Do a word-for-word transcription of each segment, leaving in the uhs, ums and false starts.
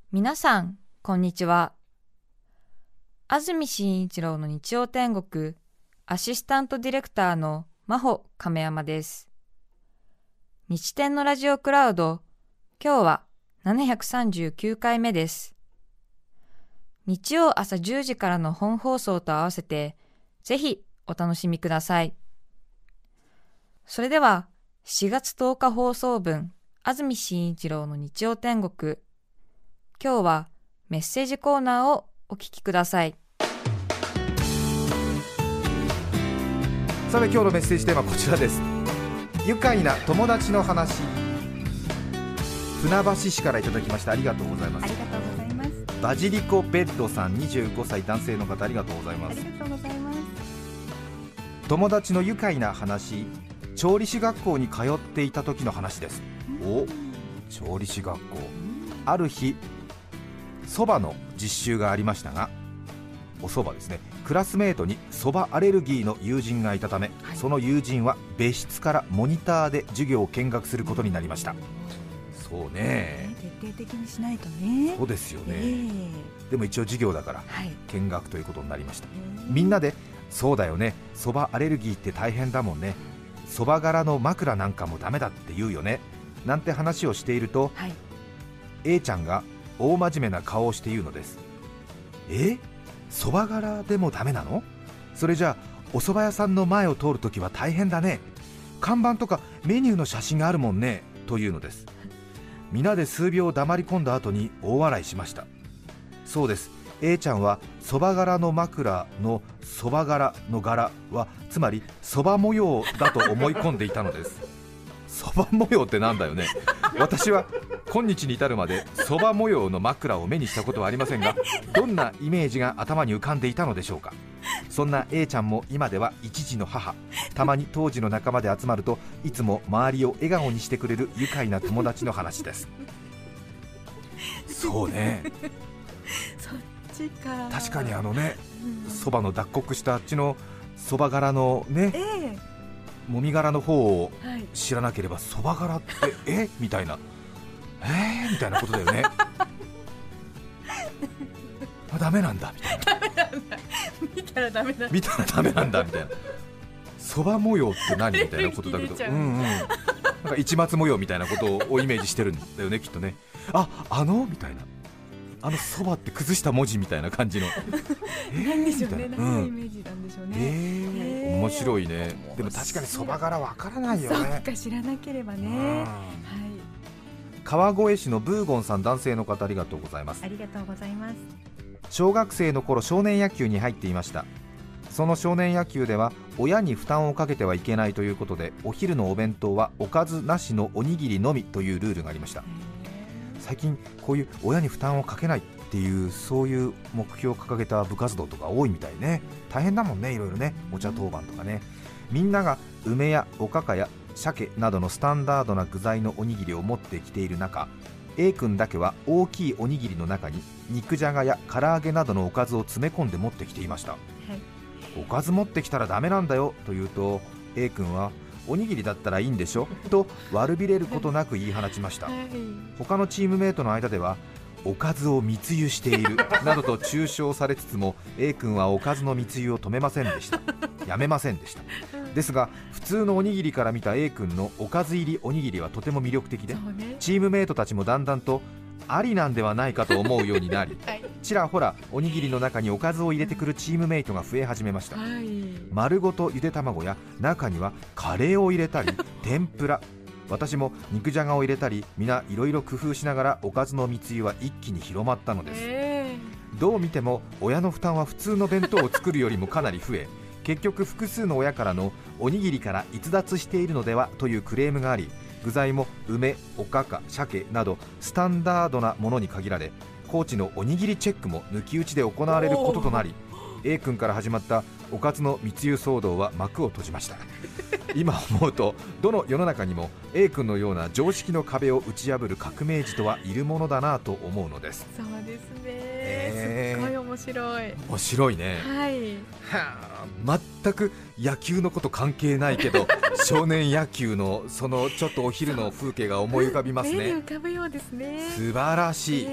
皆さんこんにちは。安住紳一郎の日曜天国アシスタントディレクターの真帆亀山です。日天のラジオクラウド、今日はななひゃくさんじゅうきゅうかいめです。日曜朝じゅうじからの本放送と合わせてぜひお楽しみください。それではしがつとおか放送分、安住紳一郎の日曜天国、今日はメッセージコーナーをお聞きください。 さて今日のメッセージテーマはこちらです。愉快な友達の話。船橋市からいただきました。ありがとうございます。 ありがとうございます。 バジリコベッドさん、にじゅうごさい男性の方、ありがとうございます。 ありがとうございます。 友達の愉快な話、調理師学校に通っていた時の話です。お、調理師学校。ある日蕎麦の実習がありましたが、お蕎麦ですね。クラスメートに蕎麦アレルギーの友人がいたため、はい、その友人は別室からモニターで授業を見学することになりました。そうね、 徹底的にしないとね。 そうですよね、えー、 でも一応授業だから、 はい、 見学ということになりました。みんなで、そうだよね、蕎麦アレルギーって大変だもんね、蕎麦柄の枕なんかもダメだって言うよね、なんて話をしていると、はい、A ちゃんが大真面目な顔をして言うのです。え、蕎麦柄でもダメなの？それじゃあお蕎麦屋さんの前を通るときは大変だね、看板とかメニューの写真があるもんね、というのです。皆で数秒黙り込んだ後に大笑いしました。そうです、 A ちゃんは蕎麦柄の枕の蕎麦柄の柄はつまり蕎麦模様だと思い込んでいたのです。蕎麦模様ってなんだよね。私は今日に至るまで蕎麦模様の枕を目にしたことはありませんが、どんなイメージが頭に浮かんでいたのでしょうか。そんな A ちゃんも今では一児の母。たまに当時の仲間で集まるといつも周りを笑顔にしてくれる愉快な友達の話です。そうね、 そっちか。 確かにあのね、蕎麦の脱穀したあっちの蕎麦柄のね、えーもみ殻の方を知らなければ蕎麦柄ってえみたいな、えーみたいなことだよね。あ、ダメなんだみたいな、 ダメなんだ、見たらダメなんだ、 見たらダメなんだみたいな、蕎麦模様って何みたいなことだけど、うんうん、なんか市松模様みたいなことをイメージしてるんだよね、きっとね。あ、あのみたいな、あの蕎麦って崩した文字みたいな感じのえー、なんでしょうね、何のイメージなんでしょうね、 えーえー、面白いね。でも確かに蕎麦柄わからないよね。 そうか、知らなければね、はい、 川越市のブーゴンさん、男性の方、ありがとうございます。 ありがとうございます。 小学生の頃少年野球に入っていました。その少年野球では親に負担をかけてはいけないということで、お昼のお弁当はおかずなしのおにぎりのみというルールがありました。最近こういう親に負担をかけないっていう、そういう目標を掲げた部活動とか多いみたいね。大変だもんね、いろいろね、お茶当番とかね。みんなが梅やおかかや鮭などのスタンダードな具材のおにぎりを持ってきている中、 A 君だけは大きいおにぎりの中に肉じゃがや唐揚げなどのおかずを詰め込んで持ってきていました。はい、おかず持ってきたらダメなんだよと言うと、 A 君はおにぎりだったらいいんでしょと悪びれることなく言い放ちました。他のチームメイトの間ではおかずを密輸しているなどと中傷されつつも A 君はおかずの密輸を止めませんでした。やめませんでした。ですが普通のおにぎりから見た A 君のおかず入りおにぎりはとても魅力的で、チームメイトたちもだんだんとありなんではないかと思うようになり、はい、ちらほらおにぎりの中におかずを入れてくるチームメイトが増え始めました。はい、丸ごとゆで卵や中にはカレーを入れたり天ぷら、私も肉じゃがを入れたり、皆いろいろ工夫しながらおかずの密輸は一気に広まったのです。えー、どう見ても親の負担は普通の弁当を作るよりもかなり増え、結局複数の親からのおにぎりから逸脱しているのではというクレームがあり、具材も梅、おかか、鮭などスタンダードなものに限られ、コーチのおにぎりチェックも抜き打ちで行われることとなり、 A 君から始まったおかずの密輸騒動は幕を閉じました。今思うとどの世の中にも A 君のような常識の壁を打ち破る革命児とはいるものだなと思うのです。 そうですね、えー、すっごい面白い。 面白いね。 はい、 はあ、全く野球のこと関係ないけど少年野球のそのちょっとお昼の風景が思い浮かびますね。 目に浮かぶようですね。 素晴らしい、えー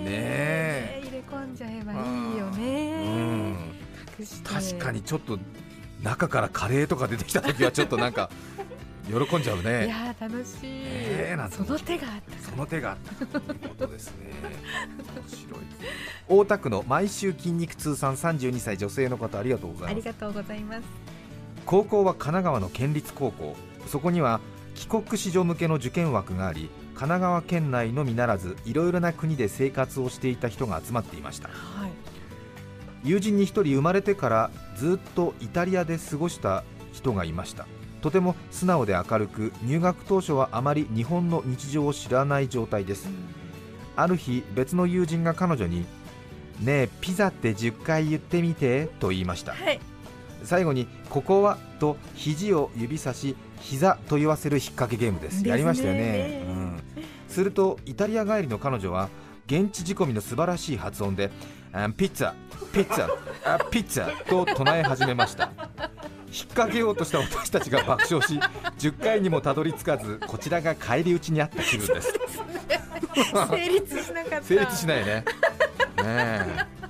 え入れ込んじゃえばいいよね、 うん、 隠して確かにちょっと中からカレーとか出てきた時はちょっとなんか喜んじゃうね。 いや楽しい、 えー、なんてその手があったその手があったということですね。面白い。大田区の毎週筋肉通算さんじゅうにさい女性の方、ありがとうございます。 ありがとうございます。 高校は神奈川の県立高校、そこには帰国子女向けの受験枠があり、神奈川県内のみならずいろいろな国で生活をしていた人が集まっていました。 はい、 友人に一人生まれてからずっとイタリアで過ごした人がいました。とても素直で明るく、入学当初はあまり日本の日常を知らない状態です。ある日、別の友人が彼女にねえピザってじゅっかい言ってみてと言いました。 はい、 最後にここはと肘を指さし膝と言わせる引っ掛けゲームです。 ですね。 やりましたよね、うん、するとイタリア帰りの彼女は現地仕込みの素晴らしい発音でピッツァピッツァあピッツァと唱え始めました。引っ掛けようとした私たちが爆笑し、じゅっかいにもたどり着かず、こちらが返り討ちにあった気分です。 成立しなかった。 成立しないね。ねえ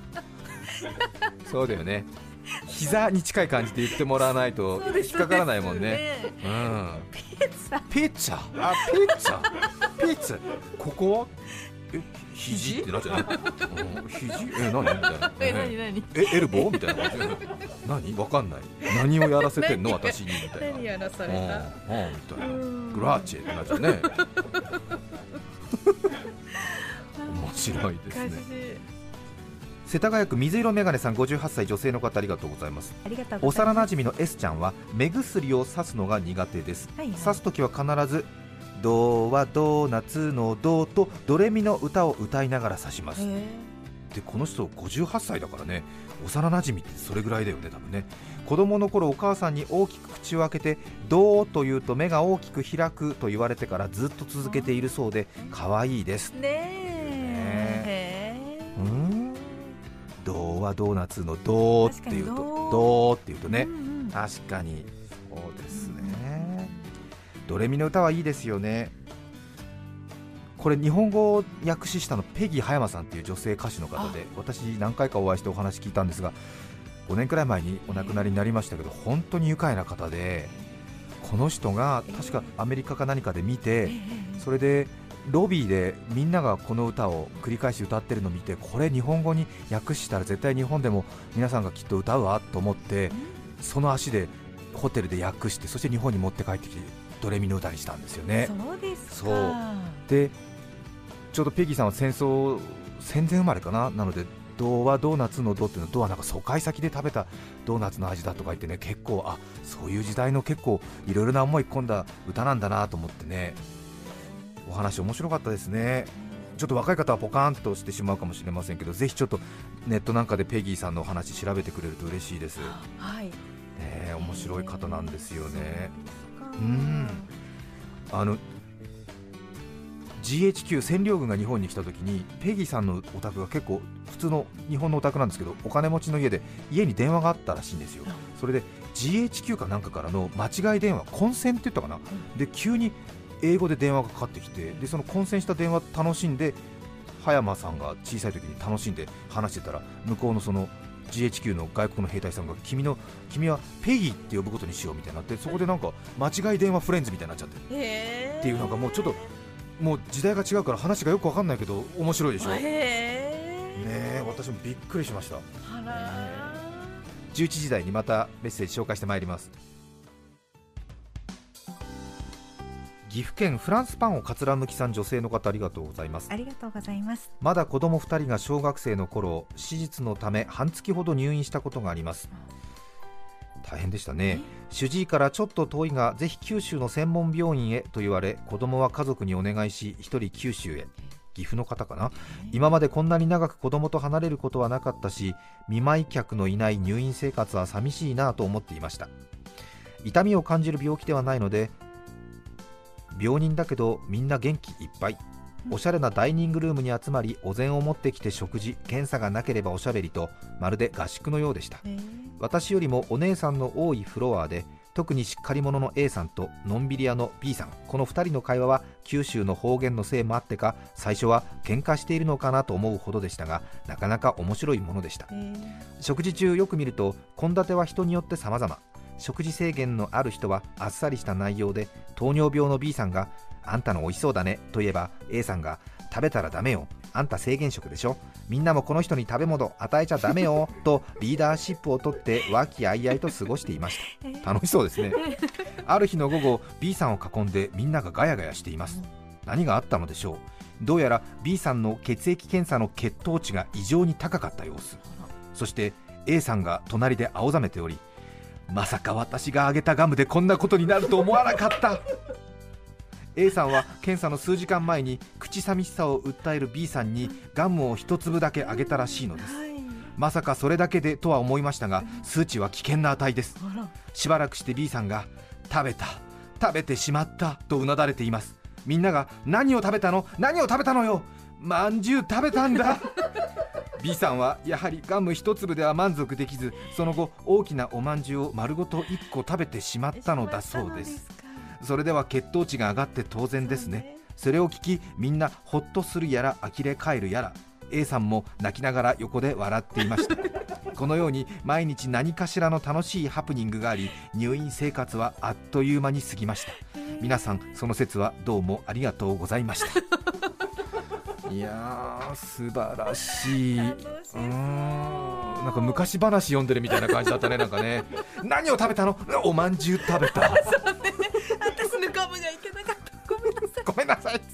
そうだよね。膝に近い感じで言ってもらわないと引っかからないもんね。うん。 ピッツァピッツァあピッツァピッツァここはえ肘ってなっちゃうね。うん、肘え何みたいな。 え何何えエルボーみたいな感じで何わかんない。何をやらせてんの私にみたいな。 何やらされた。 うんうんみたいな。グラーチェってなっちゃうね。面白いですね。世田谷区水色メガネさんごじゅうはっさい女性の方、ありがとうございます。 ありがとうございます。 幼馴染の S ちゃんは目薬をさすのが苦手です、 はいはい、 さすときは必ずドはドーナツのドとドレミの歌を歌いながらさします。でこの人ごじゅうはっさいだからね、幼馴染ってそれぐらいだよね多分ね。子供の頃お母さんに大きく口を開けてドーと言うと目が大きく開くと言われてからずっと続けているそうで可愛いですねえ。 うーんドーはドーナツのドーって言うとドーって言うとね、うんうん、確かにそうですね。ドレミの歌はいいですよね。これ日本語を訳詞したのペギー葉山さんっていう女性歌手の方で、私何回かお会いしてお話聞いたんですが、ごねんくらい前にお亡くなりになりましたけど、本当に愉快な方で、この人が確かアメリカか何かで見て、それでロビーでみんながこの歌を繰り返し歌ってるのを見て、これ日本語に訳したら絶対日本でも皆さんがきっと歌うわと思って、その足でホテルで訳して、そして日本に持って帰ってきてドレミの歌にしたんですよね。 そうですか。 そうでちょうどペギーさんは戦争戦前生まれかな、なのでドはドーナツのドっていうのドはなんか疎開先で食べたドーナツの味だとか言ってね、結構あそういう時代の結構いろいろな思い込んだ歌なんだなと思ってね、お話面白かったですね。ちょっと若い方はポカーンとしてしまうかもしれませんけど、ぜひちょっとネットなんかでペギーさんのお話調べてくれると嬉しいです。 はい、 ね、面白い方なんですよね。うんあのジーエイチキュー 占領軍が日本に来た時にペギーさんのお宅が結構普通の日本のお宅なんですけど、お金持ちの家で家に電話があったらしいんですよ。それで ジーエイチキュー かなんかからの間違い電話、混戦って言ったかな、で急に英語で電話がかかってきて、でその混戦した電話楽しんで、葉山さんが小さい時に楽しんで話してたら、向こうのその ジーエイチキュー の外国の兵隊さんが君の君はペギーって呼ぶことにしようみたいになって、そこでなんか間違い電話フレンズみたいになっちゃって、っていう、なんかもうちょっともう時代が違うから話がよくわかんないけど面白いでしょ。ねえ、私もびっくりしました。 あらじゅういちじ台にまたメッセージ紹介してまいります。岐阜県フランスパンをかつらむきさん、女性の方、ありがとうございます。 ありがとうございます。 まだ子供ふたりが小学生の頃、手術のため半月ほど入院したことがあります。大変でしたね。主治医からちょっと遠いがぜひ九州の専門病院へと言われ、子供は家族にお願いし一人九州へ。岐阜の方かな。今までこんなに長く子供と離れることはなかったし、見舞い客のいない入院生活は寂しいなと思っていました。痛みを感じる病気ではないので、病人だけどみんな元気いっぱい。おしゃれなダイニングルームに集まり、お膳を持ってきて食事、検査がなければおしゃべりと、まるで合宿のようでした。私よりもお姉さんの多いフロアで、 特にしっかり者の A さんとのんびり屋の B さん、このふたりの会話は九州の方言のせいもあってか、最初は喧嘩しているのかなと思うほどでしたが、なかなか面白いものでした。食事中よく見ると献立は人によって様々。食事制限のある人はあっさりした内容で、糖尿病の B さんがあんたの美味しそうだねと言えば A さんが食べたらダメよ、あんた制限食でしょ、みんなもこの人に食べ物与えちゃダメよとリーダーシップを取って和気あいあいと過ごしていました。楽しそうですね。ある日の午後、 B さんを囲んでみんながガヤガヤしています。何があったのでしょう。どうやら B さんの血液検査の血糖値が異常に高かった様子。そして A さんが隣で青ざめており、まさか私があげたガムでこんなことになると思わなかったA さんは検査の数時間前に口寂しさを訴える B さんにガムを一粒だけあげたらしいのです。まさかそれだけでとは思いましたが、数値は危険な値です。しばらくして B さんが食べた食べてしまったとうなだれています。みんなが何を食べたの何を食べたのよ、まんじゅう食べたんだB さんはやはりガム一粒では満足できず、その後大きなおまんじゅうを丸ごといっこ食べてしまったのだそうです。それでは血糖値が上がって当然ですね。それを聞き、みんなほっとするやら呆れ返るやら、 A さんも泣きながら横で笑っていましたこのように毎日何かしらの楽しいハプニングがあり、入院生活はあっという間に過ぎました。皆さんその説はどうもありがとうございましたいやー素晴らしい。うーん、なんか昔話読んでるみたいな感じだったね。なんかね何を食べたの、おまんじゅう食べた私のガムがいけなかった、ごめんなさいごめんなさい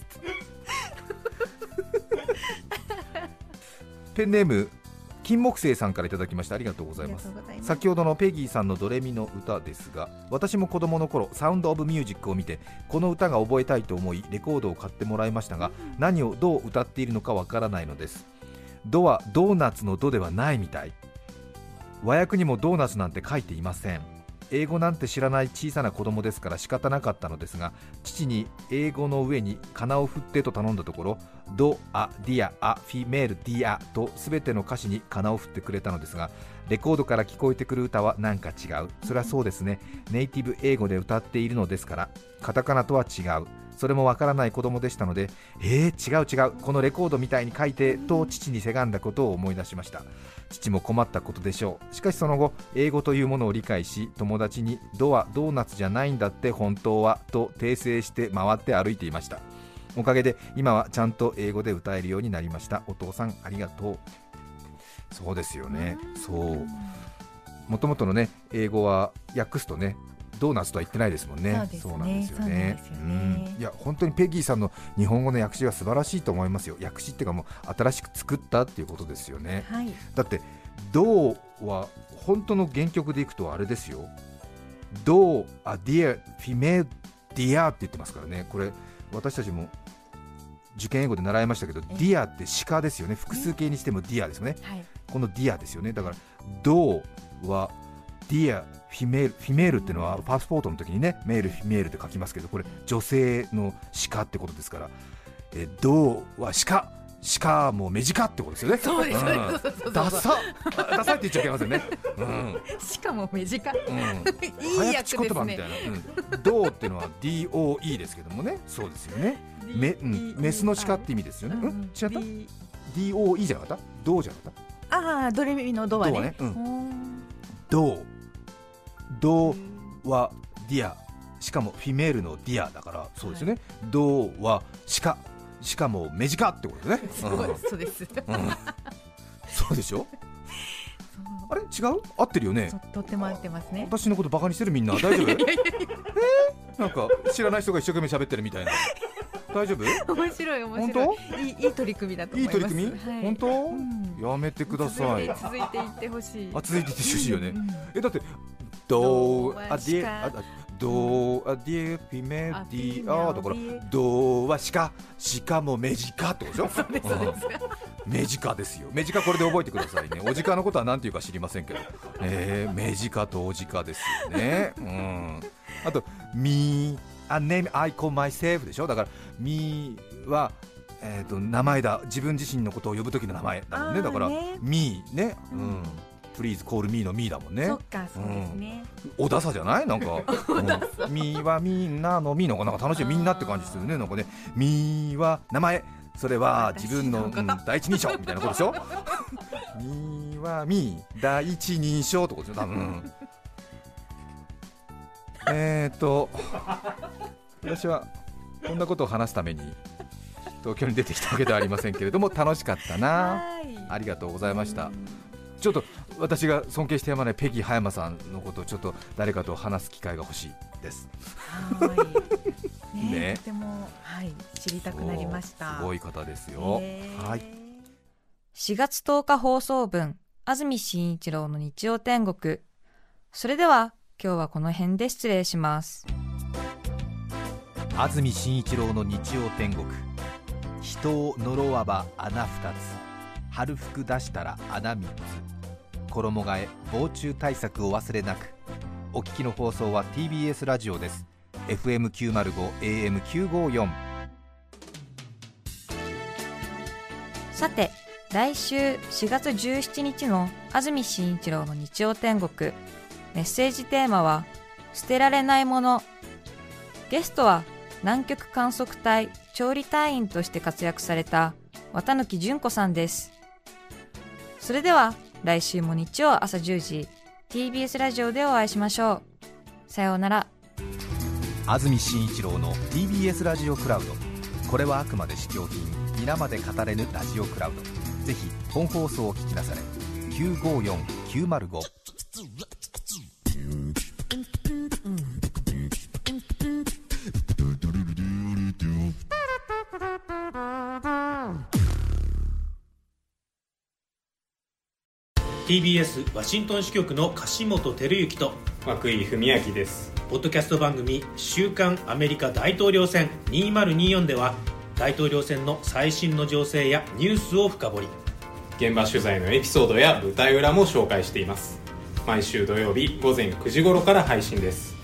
ペンネーム金木星さんからいただきました。ありがとうございます。先ほどのペギーさんのドレミの歌ですが、私も子供の頃サウンドオブミュージックを見てこの歌が覚えたいと思いレコードを買ってもらいましたが、何をどう歌っているのかわからないのです。ドはドーナツのドではないみたい。和訳にもドーナツなんて書いていません。英語なんて知らない小さな子供ですから仕方なかったのですが、父に英語の上にカナを振ってと頼んだところ、ド、ア、ディア、ア、フィメール、ディアと全ての歌詞にカナを振ってくれたのですが、レコードから聞こえてくる歌はなんか違う。それはそうですね、ネイティブ英語で歌っているのですから、カタカナとは違う。それもわからない子供でしたので、えー、違う違う、このレコードみたいに書いてと父にせがんだことを思い出しました。父も困ったことでしょう。しかしその後英語というものを理解し、友達にドはドーナツじゃないんだって本当はと訂正して回って歩いていました。おかげで今はちゃんと英語で歌えるようになりました。お父さんありがとう。そうですよね。そうもともとのね英語は訳すとねドーナツとは言ってないですもんね。そうなんですよね。いや本当にペギーさんの日本語の訳詞は素晴らしいと思いますよ。訳詞っていうかもう新しく作ったっていうことですよね、はい、だってドーは本当の原曲でいくとあれですよ、ドーアディアフィメーディアって言ってますからね。これ私たちも受験英語で習いましたけど、ディアって鹿ですよね。複数形にしてもディアですよね、はい、このディアですよね。だからドーはディアフィメール、フィメールっていうのはパスポートの時にねメールフィメールって書きますけど、これ女性の鹿ってことですから、えドーは鹿、鹿も目近ってことですよね。 そうです、 うん、ダサダサって言っちゃいけませんね、うん、 しかも目近、うん、いい早役ですね。 口言葉みたいな、うん、ドーっていうのは ディーオーイー ですけどもね。そうですよね。メ、うん、メスの鹿って意味ですよね、うん、違った ディーオーイー じゃなかった、ドーじゃなかった。 ああドレミのドはね、ドはね、 うん、ドードはディア、しかもフィメールのディアだからそうですね、はい、ドは鹿、しかも目近ってことですね。 すごい、うん、そうです、うん、 そうでしょあれ違う、合ってるよね。 とっても合ってますね。 私のことバカにしてるみんな大丈夫？えー、なんか知らない人が一生懸命喋ってるみたいな。大丈夫？面白い面白い。いい、いい取り組みだと思います。 いい取り組み？はい、本当、うん？やめてください。 続いていってほしい。 あ、続いていってほしいよね。うん、えだってドーアディアドーアディアフィメディアだからドーは鹿、鹿も目近ってことでしょ。 そうですそうです。 目近ですよ。目近これで覚えてくださいね。お近のことは何ていうか知りませんけど、えー、目近とお近ですよね。うん。あと Me a name I call myself でしょ。だから Me はえーと名前だ。自分自身のことを呼ぶ時の名前だもんね。だから Me ね。うん。 プリーズコールミーのミーだもんね。 そっか、そうですね、 うん、おださじゃないなんかうん、ミーはみんなのミーのなんか楽しい、みんなって感じするね。なんかね、ミーは名前、それは自分の、うん、第一人称みたいなことでしょミーはミー第一人称ってことでしょ多分えーっと私はこんなことを話すために東京に出てきたわけではありませんけれども、楽しかったな、ありがとうございました。ちょっと私が尊敬してやまないペギー葉山さんのことをちょっと誰かと話す機会が欲しいです。 はいねね、 とても、はい、知りたくなりました。 すごい方ですよ、はい、 しがつとおか放送分、安住紳一郎の日曜天国。それでは今日はこの辺で失礼します。 安住紳一郎の日曜天国。人を呪わば穴二つ、春服出したら穴三つ、衣替え防虫対策を忘れなく。お聞きの放送は ティービーエス ラジオです。 エフエムきゅうまるご エーエムきゅうごよん。 さて、来週しがつじゅうしちにちの安住紳一郎の日曜天国、メッセージテーマは捨てられないもの。ゲストは南極観測隊調理隊員として活躍された綿貫純子さんです。それでは来週も日曜朝じゅうじ ティービーエス ラジオでお会いしましょう。さようなら。 安住紳一郎の ティービーエス ラジオクラウド。これはあくまで試供品、皆まで語れぬラジオクラウド。ぜひ本放送を聞きなされ。きゅうごよんきゅうまるご。 ティービーエス ワシントン支局の樫本照之と涌井文明です。 ポッドキャスト番組週刊アメリカ大統領選にせんにじゅうよんでは、大統領選の最新の情勢やニュースを深掘り、 現場取材のエピソードや舞台裏も紹介しています。毎週土曜日午前くじ頃から配信です。